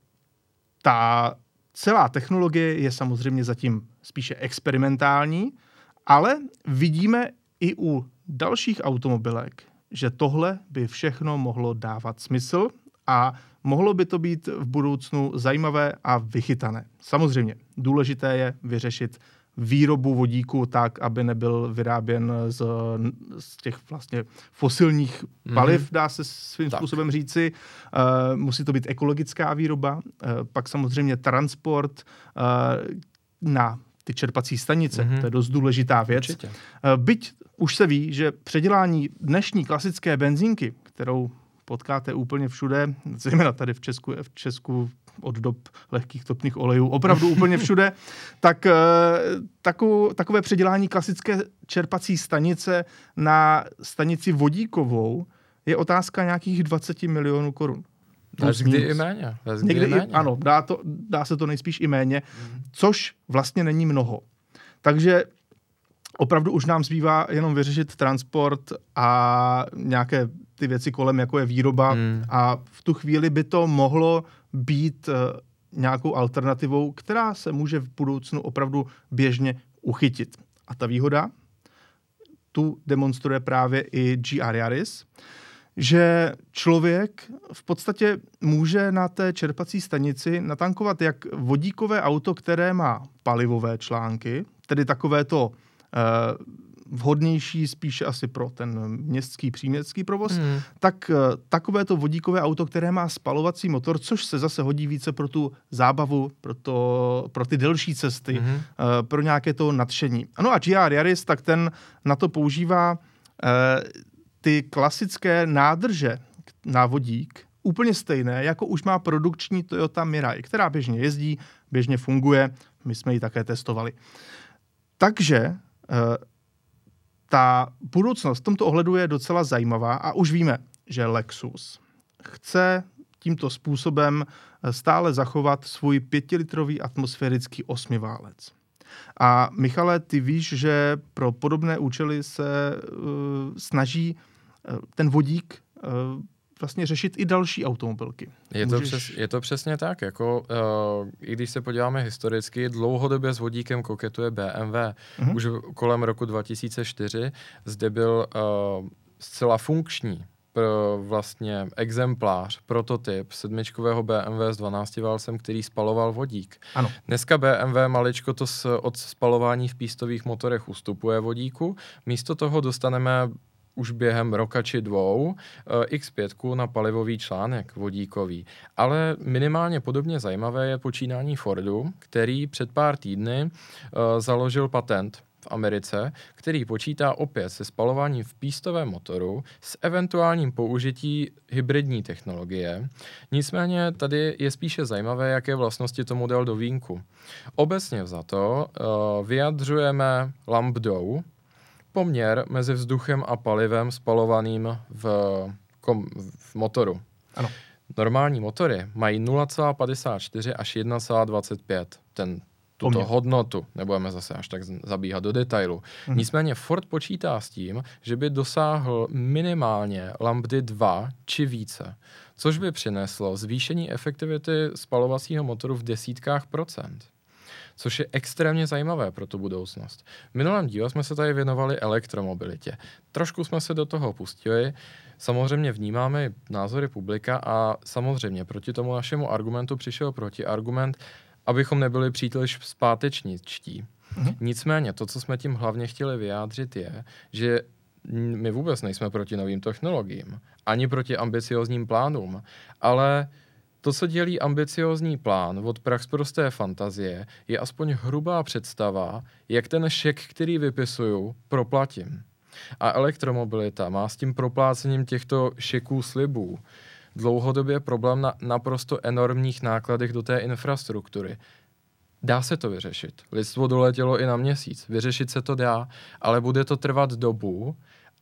ta celá technologie je samozřejmě zatím spíše experimentální, ale vidíme i u dalších automobilek, že tohle by všechno mohlo dávat smysl a mohlo by to být v budoucnu zajímavé a vychytané. Samozřejmě důležité je vyřešit výrobu vodíku tak, aby nebyl vyráběn z, z těch vlastně fosilních paliv, mm-hmm. dá se svým tak. způsobem říci. Uh, musí to být ekologická výroba, uh, pak samozřejmě transport uh, na ty čerpací stanice, mm-hmm. to je dost důležitá věc. Určitě. Uh, byť už se ví, že předělání dnešní klasické benzínky, kterou potkáte úplně všude, zejména tady v Česku, v Česku od dob lehkých topných olejů, opravdu úplně všude, tak takovou, takové předělání klasické čerpací stanice na stanici vodíkovou je otázka nějakých dvacet milionů korun. Někdy i méně. Někdy i, ano, dá, to, dá se to nejspíš i méně, mm. což vlastně není mnoho. Takže opravdu už nám zbývá jenom vyřešit transport a nějaké ty věci kolem, jako je výroba hmm. a v tu chvíli by to mohlo být uh, nějakou alternativou, která se může v budoucnu opravdu běžně uchytit. A ta výhoda, tu demonstruje právě i G R Yaris, že člověk v podstatě může na té čerpací stanici natankovat jak vodíkové auto, které má palivové články, tedy takové to Uh, vhodnější spíše asi pro ten městský, příměstský provoz, mm. tak uh, takovéto vodíkové auto, které má spalovací motor, což se zase hodí více pro tu zábavu, pro, to, pro ty delší cesty, mm. uh, pro nějaké to nadšení. Ano a G R Yaris, tak ten na to používá uh, ty klasické nádrže na vodík, úplně stejné, jako už má produkční Toyota Mirai, která běžně jezdí, běžně funguje, my jsme ji také testovali. Takže ta budoucnost v tomto ohledu je docela zajímavá a už víme, že Lexus chce tímto způsobem stále zachovat svůj pětilitrový atmosférický osmiválec. A Michale, ty víš, že pro podobné účely se uh, snaží uh, ten vodík uh, vlastně řešit i další automobilky. Je to, Můžeš... přes, je to přesně tak, jako uh, i když se podíváme historicky, dlouhodobě s vodíkem koketuje B M W. Mm-hmm. Už kolem roku dva tisíce čtyři zde byl uh, zcela funkční pro vlastně exemplář, prototyp sedmičkového B M W s dvanácti válcem, který spaloval vodík. Ano. Dneska B M W maličko to s, od spalování v pístových motorech ustupuje vodíku, místo toho dostaneme už během roka či dvou uh, X pět na palivový článek vodíkový. Ale minimálně podobně zajímavé je počínání Fordu, který před pár týdny uh, založil patent v Americe, který počítá opět se spalováním v pístovém motoru s eventuálním použití hybridní technologie. Nicméně tady je spíše zajímavé, jaké vlastnosti to model do vínku. Obecně vzato uh, vyjadřujeme lambdou poměr mezi vzduchem a palivem spalovaným v, kom, v motoru. Ano. Normální motory mají nula celá padesát čtyři až jedna celá dvacet pět ten tuto Poměr. hodnotu. Nebudeme zase až tak zabíhat do detailu. Hmm. Nicméně Ford počítá s tím, že by dosáhl minimálně lambdy dva či více, což by přineslo zvýšení efektivity spalovacího motoru v desítkách procent. Což je extrémně zajímavé pro tu budoucnost. V minulém díle jsme se tady věnovali elektromobilitě. Trošku jsme se do toho pustili, samozřejmě vnímáme názory publika a samozřejmě proti tomu našemu argumentu přišel protiargument, abychom nebyli příliš zpátečničtí. Mhm. Nicméně to, co jsme tím hlavně chtěli vyjádřit, je, že my vůbec nejsme proti novým technologiím, ani proti ambiciozním plánům, ale to, co dělí ambiciózní plán od praxprosté fantazie, je aspoň hrubá představa, jak ten šek, který vypisuju, proplatím. A elektromobilita má s tím proplácením těchto šeků slibů dlouhodobě problém na naprosto enormních nákladech do té infrastruktury. Dá se to vyřešit. Lidstvo doletělo i na měsíc. Vyřešit se to dá, ale bude to trvat dobu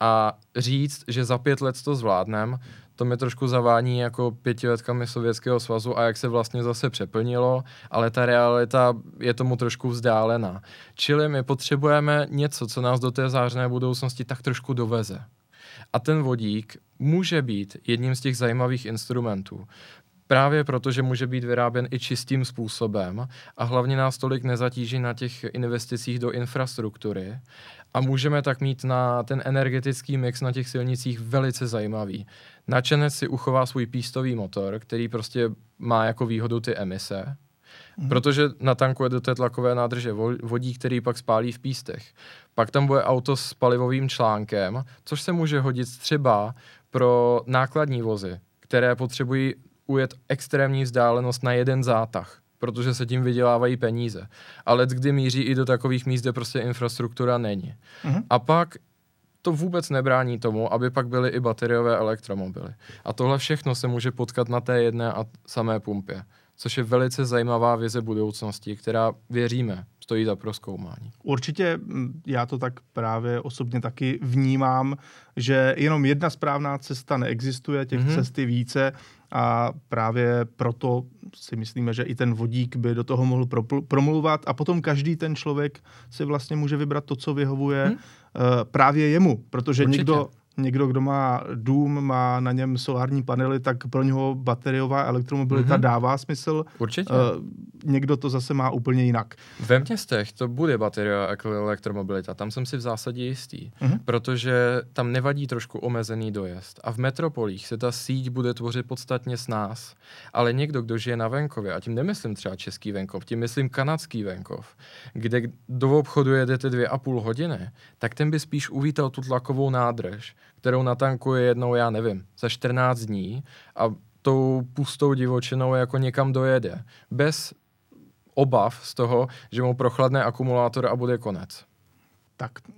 a říct, že za pět let to zvládnem, to mi trošku zavání jako pětiletkami Sovětského svazu a jak se vlastně zase přeplnilo, ale ta realita je tomu trošku vzdálená. Čili my potřebujeme něco, co nás do té zářné budoucnosti tak trošku doveze. A ten vodík může být jedním z těch zajímavých instrumentů. Právě proto, že může být vyráběn i čistým způsobem a hlavně nás tolik nezatíží na těch investicích do infrastruktury a můžeme tak mít na ten energetický mix na těch silnicích velice zajímavý. Načenec si uchová svůj pístový motor, který prostě má jako výhodu ty emise, mm. protože natankuje do té tlakové nádrže vodík, který pak spálí v pístech. Pak tam bude auto s palivovým článkem, což se může hodit třeba pro nákladní vozy, které potřebují ujet extrémní vzdálenost na jeden zátah, protože se tím vydělávají peníze. Ale kdy míří i do takových míst, kde prostě infrastruktura není. Mm-hmm. A pak to vůbec nebrání tomu, aby pak byly i bateriové elektromobily. A tohle všechno se může potkat na té jedné a samé pumpě, což je velice zajímavá vize budoucnosti, která, věříme, stojí za prozkoumání. Určitě já to tak právě osobně taky vnímám, že jenom jedna správná cesta neexistuje, těch mm-hmm. cesty více a právě proto si myslíme, že i ten vodík by do toho mohl propl- promluvat a potom každý ten člověk si vlastně může vybrat to, co vyhovuje mm. uh, právě jemu, protože Určitě. někdo Někdo, kdo má dům, má na něm solární panely, tak pro něho bateriová elektromobilita mm-hmm. dává smysl. Určitě. Uh, někdo to zase má úplně jinak. Ve městech to bude bateriová elektromobilita, tam jsem si v zásadě jistý, mm-hmm. protože tam nevadí trošku omezený dojezd. A v metropolích se ta síť bude tvořit podstatně s nás. Ale někdo, kdo žije na venkově, a tím nemyslím třeba český venkov, tím myslím kanadský venkov, kde do obchodu jedete dvě a půl hodiny, tak ten by spíš uvítal tu tlakovou nádrž, kterou natankuje jednou, já nevím, za čtrnáct dní a tou pustou divočinou jako někam dojede. Bez obav z toho, že mu prochladne akumulátor a bude konec. Tak, uh,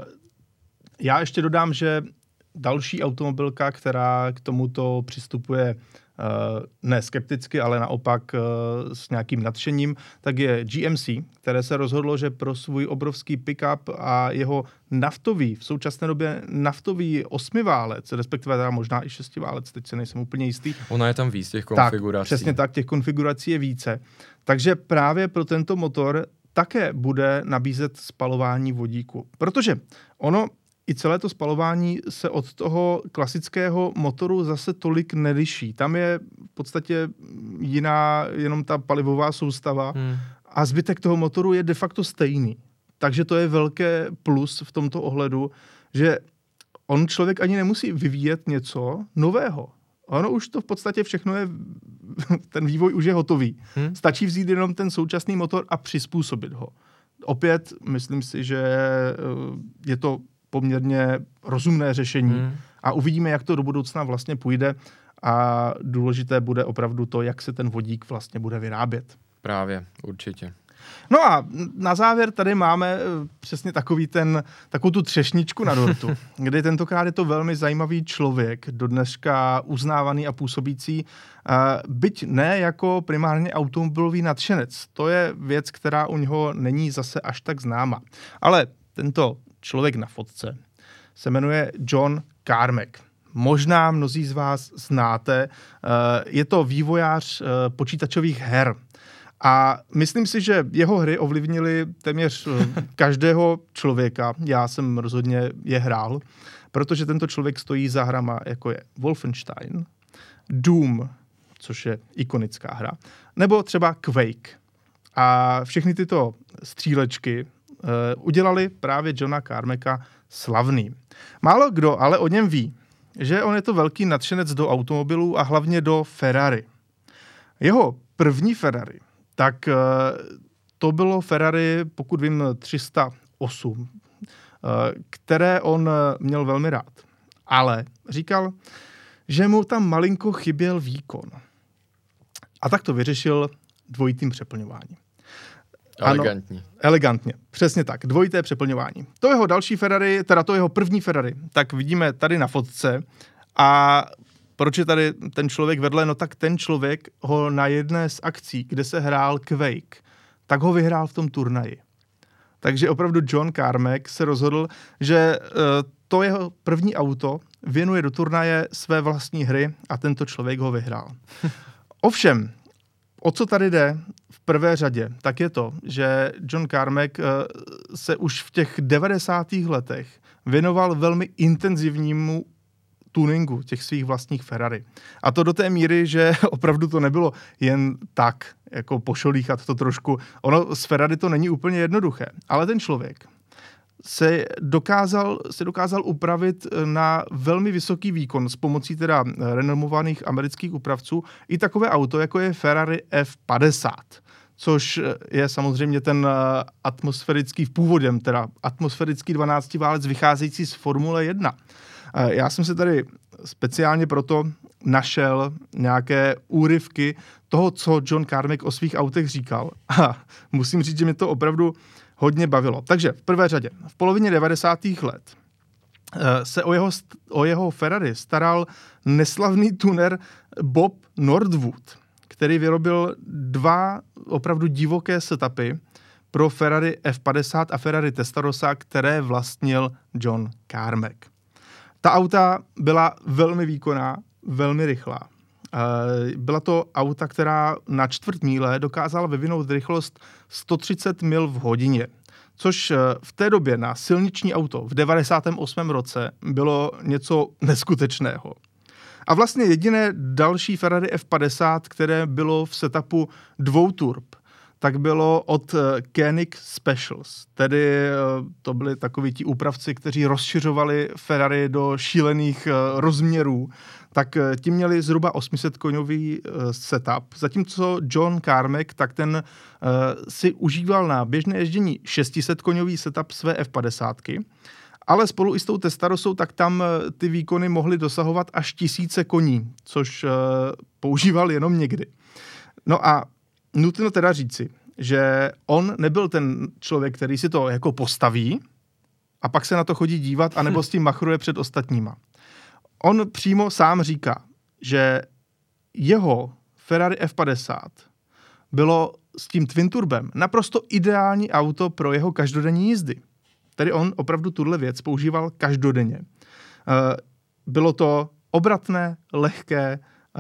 já ještě dodám, že další automobilka, která k tomuto přistupuje Uh, ne skepticky, ale naopak uh, s nějakým nadšením, tak je G M C, které se rozhodlo, že pro svůj obrovský pick-up a jeho naftový, v současné době naftový osmiválec, respektive teda možná i šestiválec, teď se nejsem úplně jistý. Ona je tam víc těch konfigurací. Tak, přesně tak, těch konfigurací je více. Takže právě pro tento motor také bude nabízet spalování vodíku. Protože ono i celé to spalování se od toho klasického motoru zase tolik neliší. Tam je v podstatě jiná jenom ta palivová soustava hmm. a zbytek toho motoru je de facto stejný. Takže to je velké plus v tomto ohledu, že on člověk ani nemusí vyvíjet něco nového. Ono už to v podstatě všechno je, ten vývoj už je hotový. Hmm. Stačí vzít jenom ten současný motor a přizpůsobit ho. Opět myslím si, že je to poměrně rozumné řešení hmm. a uvidíme, jak to do budoucna vlastně půjde a důležité bude opravdu to, jak se ten vodík vlastně bude vyrábět. Právě, určitě. No a na závěr tady máme přesně takový ten, takovou tu třešničku na dortu, kdy tentokrát je to velmi zajímavý člověk, do dneška uznávaný a působící, byť ne jako primárně automobilový nadšenec. To je věc, která u něho není zase až tak známa. Ale tento člověk na fotce se jmenuje John Carmack. Možná mnozí z vás znáte. Je to vývojář počítačových her. A myslím si, že jeho hry ovlivnily téměř každého člověka. Já jsem rozhodně je hrál, protože tento člověk stojí za hrama, jako je Wolfenstein, Doom, což je ikonická hra, nebo třeba Quake. A všechny tyto střílečky uh, udělali právě Johna Carmacka slavný. Málo kdo ale o něm ví, že on je to velký nadšenec do automobilů a hlavně do Ferrari. Jeho první Ferrari, tak uh, to bylo Ferrari, pokud vím, tři sta osm, uh, které on měl velmi rád. Ale říkal, že mu tam malinko chyběl výkon. A tak to vyřešil dvojitým přeplňováním. Elegantní. Ano, elegantně, přesně tak, dvojité přeplňování. To jeho další Ferrari, teda to jeho první Ferrari, tak vidíme tady na fotce. A proč je tady ten člověk vedle? No tak ten člověk ho na jedné z akcí, kde se hrál Quake, tak ho vyhrál v tom turnaji. Takže opravdu John Carmack se rozhodl, že uh, to jeho první auto věnuje do turnaje své vlastní hry a tento člověk ho vyhrál. Ovšem, o co tady jde v prvé řadě, tak je to, že John Carmack uh, se už v těch devadesátých letech věnoval velmi intenzivnímu tuningu těch svých vlastních Ferrari. A to do té míry, že opravdu to nebylo jen tak, jako pošolíchat to trošku. Ono s Ferrari to není úplně jednoduché, ale ten člověk se dokázal, se dokázal upravit na velmi vysoký výkon s pomocí teda renomovaných amerických úpravců i takové auto, jako je Ferrari F padesát, což je samozřejmě ten atmosférický v původem, teda atmosférický dvanáctiválec vycházející z Formule jedna. Já jsem se tady speciálně proto našel nějaké úryvky toho, co John Carmack o svých autech říkal. A musím říct, že mě to opravdu hodně bavilo. Takže v prvé řadě, v polovině devadesátých let se o jeho, o jeho Ferrari staral neslavný tuner Bob Nordwood, který vyrobil dva opravdu divoké setupy pro Ferrari F padesát a Ferrari Testarossa, které vlastnil John Carmack. Ta auta byla velmi výkonná, velmi rychlá. Byla to auta, která na čtvrt míle dokázala vyvinout rychlost sto třicet mil v hodině, což v té době na silniční auto v devadesátém osmém roce bylo něco neskutečného. A vlastně jediné další Ferrari F padesát, které bylo v setupu dvouturb, tak bylo od Koenig Specials. Tedy to byli takoví ti úpravci, kteří rozšiřovali Ferrari do šílených rozměrů. Tak ti měli zhruba osm set koňový setup. Zatímco John Carmack, tak ten si užíval na běžné ježdění šest set koňový setup své F padesát. Ale spolu i s tou Testarossou, tak tam ty výkony mohly dosahovat až tisíce koní, což používal jenom někdy. No a nutno teda říci, že on nebyl ten člověk, který si to jako postaví a pak se na to chodí dívat, anebo s tím machruje před ostatníma. On přímo sám říká, že jeho Ferrari F padesát bylo s tím twinturbem naprosto ideální auto pro jeho každodenní jízdy. Tedy on opravdu tuhle věc používal každodenně. Bylo to obratné, lehké,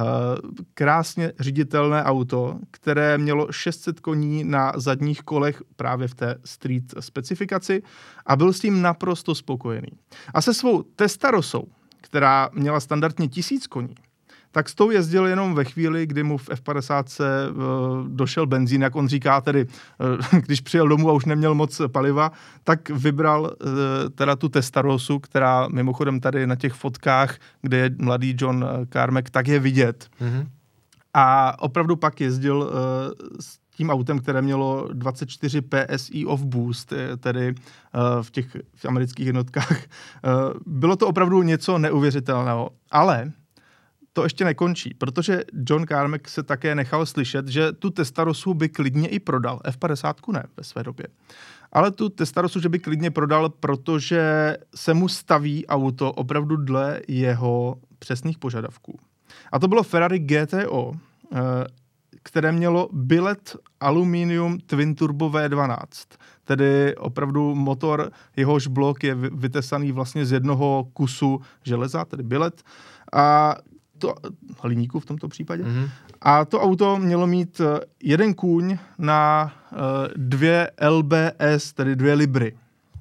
krásně řiditelné auto, které mělo šest set koní na zadních kolech právě v té street specifikaci a byl s tím naprosto spokojený. A se svou Testarossou, která měla standardně tisíc koní, tak s tou jezdil jenom ve chvíli, kdy mu v F padesát uh, došel benzín, jak on říká, tedy uh, když přijel domů a už neměl moc paliva, tak vybral uh, teda tu Testarossu, která mimochodem tady na těch fotkách, kde je mladý John Carmack, tak je vidět. Mm-hmm. A opravdu pak jezdil uh, s tím autem, které mělo dvacet čtyři P S I of boost, tedy uh, v těch v amerických jednotkách. Uh, bylo to opravdu něco neuvěřitelného, ale to ještě nekončí, protože John Carmack se také nechal slyšet, že tu Testarossu by klidně i prodal. F padesát ne ve své době. Ale tu Testarossu, že by klidně prodal, protože se mu staví auto opravdu dle jeho přesných požadavků. A to bylo Ferrari G T O, které mělo billet aluminium twin turbo V dvanáct, tedy opravdu motor, jehož blok je vytesaný vlastně z jednoho kusu železa, tedy billet. A to, hliníku v tomto případě. Mm-hmm. A to auto mělo mít jeden kůň na uh, dvě L B S, tedy dvě libry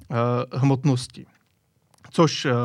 uh, hmotnosti. Což uh,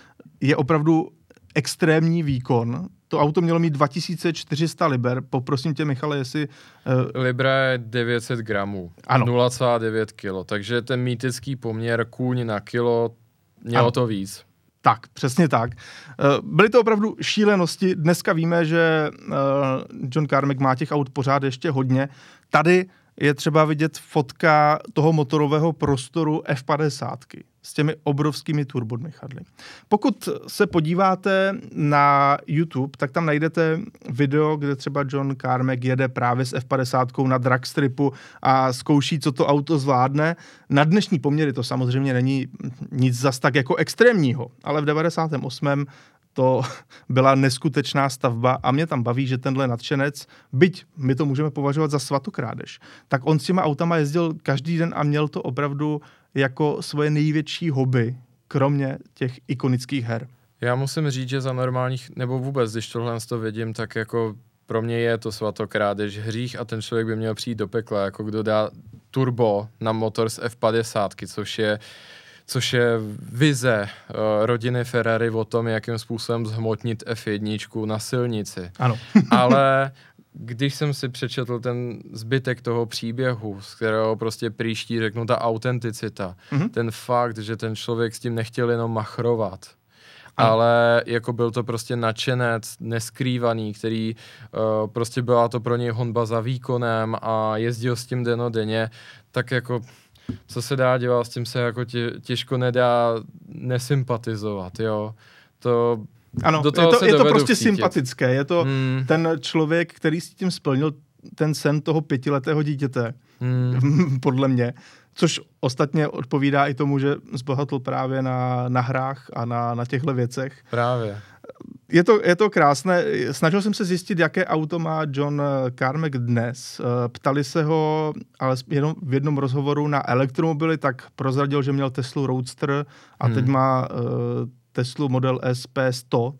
je opravdu extrémní výkon. To auto mělo mít dva tisíce čtyři sta liber. Poprosím tě, Michale, jestli... Uh... Libra je devět set gramů. Ano. nula celá devět kilo. Takže ten mýtický poměr kůň na kilo mělo ano. to víc. Tak, přesně tak. Byly to opravdu šílenosti. Dneska víme, že John Carmack má těch aut pořád ještě hodně. Tady je třeba vidět fotka toho motorového prostoru F padesát s těmi obrovskými turbodmychadly. Pokud se podíváte na YouTube, tak tam najdete video, kde třeba John Carmack jede právě s F padesát na dragstripu a zkouší, co to auto zvládne. Na dnešní poměry to samozřejmě není nic zas tak jako extrémního, ale v devadesátém osmém to byla neskutečná stavba a mě tam baví, že tenhle nadšenec, byť my to můžeme považovat za svatokrádež, tak on s těma autama jezdil každý den a měl to opravdu jako svoje největší hobby, kromě těch ikonických her. Já musím říct, že za normálních, nebo vůbec, když tohle to vidím, tak jako pro mě je to svatokrádež, hřích a ten člověk by měl přijít do pekla, jako kdo dá turbo na motor z F padesát, což je což je vize uh, rodiny Ferrari o tom, jakým způsobem zhmotnit F jedna na silnici. Ano. Ale když jsem si přečetl ten zbytek toho příběhu, z kterého prostě příští, řeknu, ta autenticita, mm-hmm. ten fakt, že ten člověk s tím nechtěl jenom machrovat, ano. ale jako byl to prostě nadšenec, neskrývaný, který uh, prostě byla to pro něj honba za výkonem a jezdil s tím dennodenně, tak jako co se dá dělat, s tím se jako tě, těžko nedá nesympatizovat, jo. To, ano, do toho je to, se je to prostě vcítit. sympatické. Je to hmm. ten člověk, který s tím splnil ten sen toho pětiletého dítěte, hmm. podle mě. Což ostatně odpovídá i tomu, že zbohatl právě na, na hrách a na, na těchto věcech. Právě. Je to, je to krásné. Snažil jsem se zjistit, jaké auto má John Carmack dnes. Ptali se ho, ale jenom v jednom rozhovoru na elektromobily, tak prozradil, že měl Teslu Roadster a hmm. teď má uh, Teslu Model S P sto,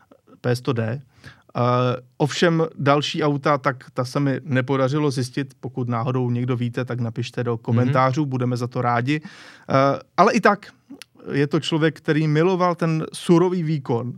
P sto D. Uh, ovšem další auta, tak ta se mi nepodařilo zjistit. Pokud náhodou někdo víte, tak napište do komentářů, hmm. budeme za to rádi. Uh, ale i tak je to člověk, který miloval ten surový výkon,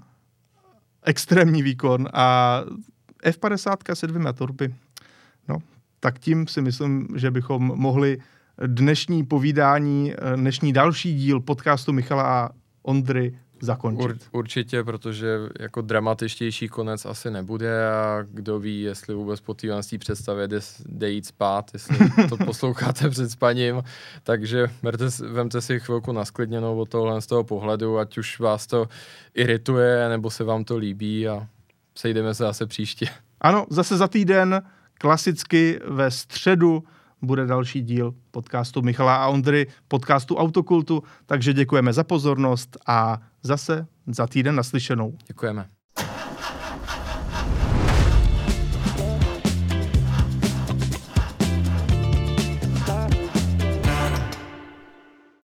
extrémní výkon a F padesát se dvěma turby. No, tak tím si myslím, že bychom mohli dnešní povídání, dnešní další díl podcastu Michala a Ondry zakončit. Ur, určitě, protože jako dramatičtější konec asi nebude a kdo ví, jestli vůbec po té představě jde, jde jít spát, jestli to posloucháte před spaním, takže vemte, vemte si chvilku nasklidněnou od tohle z toho pohledu, ať už vás to irituje, nebo se vám to líbí a sejdeme se zase příště. Ano, zase za týden, klasicky ve středu, bude další díl podcastu Michala a Ondry, podcastu Autokultu, takže děkujeme za pozornost a zase za týden naslyšenou. Děkujeme.